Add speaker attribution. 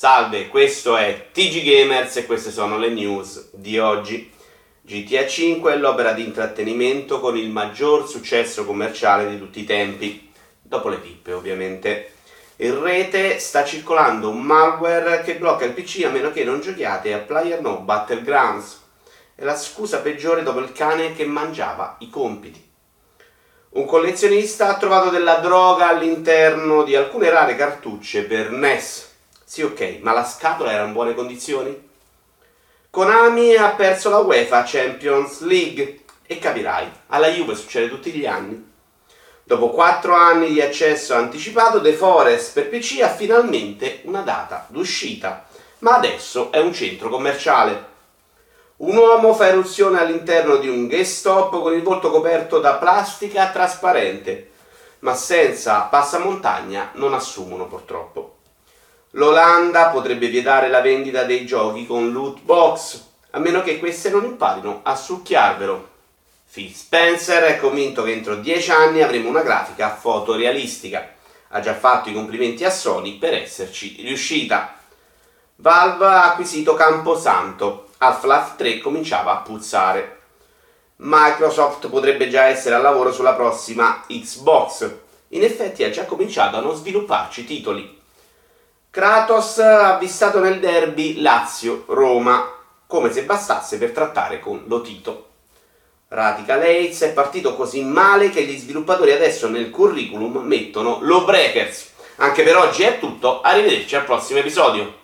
Speaker 1: Salve, questo è TG Gamers e queste sono le news di oggi. GTA 5 è l'opera di intrattenimento con il maggior successo commerciale di tutti i tempi, dopo le pippe ovviamente. In rete sta circolando un malware che blocca il PC a meno che non giochiate a PlayerUnknown's Battlegrounds. È la scusa peggiore dopo il cane che mangiava i compiti. Un collezionista ha trovato della droga all'interno di alcune rare cartucce per NES. Sì, ok, ma la scatola era in buone condizioni? Konami ha perso la UEFA Champions League e capirai, alla Juve succede tutti gli anni. Dopo 4 anni di accesso anticipato, The Forest per PC ha finalmente una data d'uscita, ma adesso è un centro commerciale. Un uomo fa eruzione all'interno di un GameStop con il volto coperto da plastica trasparente, ma senza passamontagna non assumono purtroppo. L'Olanda potrebbe vietare la vendita dei giochi con loot box, a meno che queste non imparino a succhiarvelo. Phil Spencer è convinto che entro 10 anni avremo una grafica fotorealistica. Ha già fatto i complimenti a Sony per esserci riuscita. Valve ha acquisito Camposanto. Half-Life 3 cominciava a puzzare. Microsoft potrebbe già essere al lavoro sulla prossima Xbox. In effetti ha già cominciato a non svilupparci titoli. Kratos ha avvistato nel derby Lazio-Roma, come se bastasse per trattare con Lotito. Radical Heights è partito così male che gli sviluppatori adesso nel curriculum mettono Lawbreakers. Anche per oggi è tutto, arrivederci al prossimo episodio.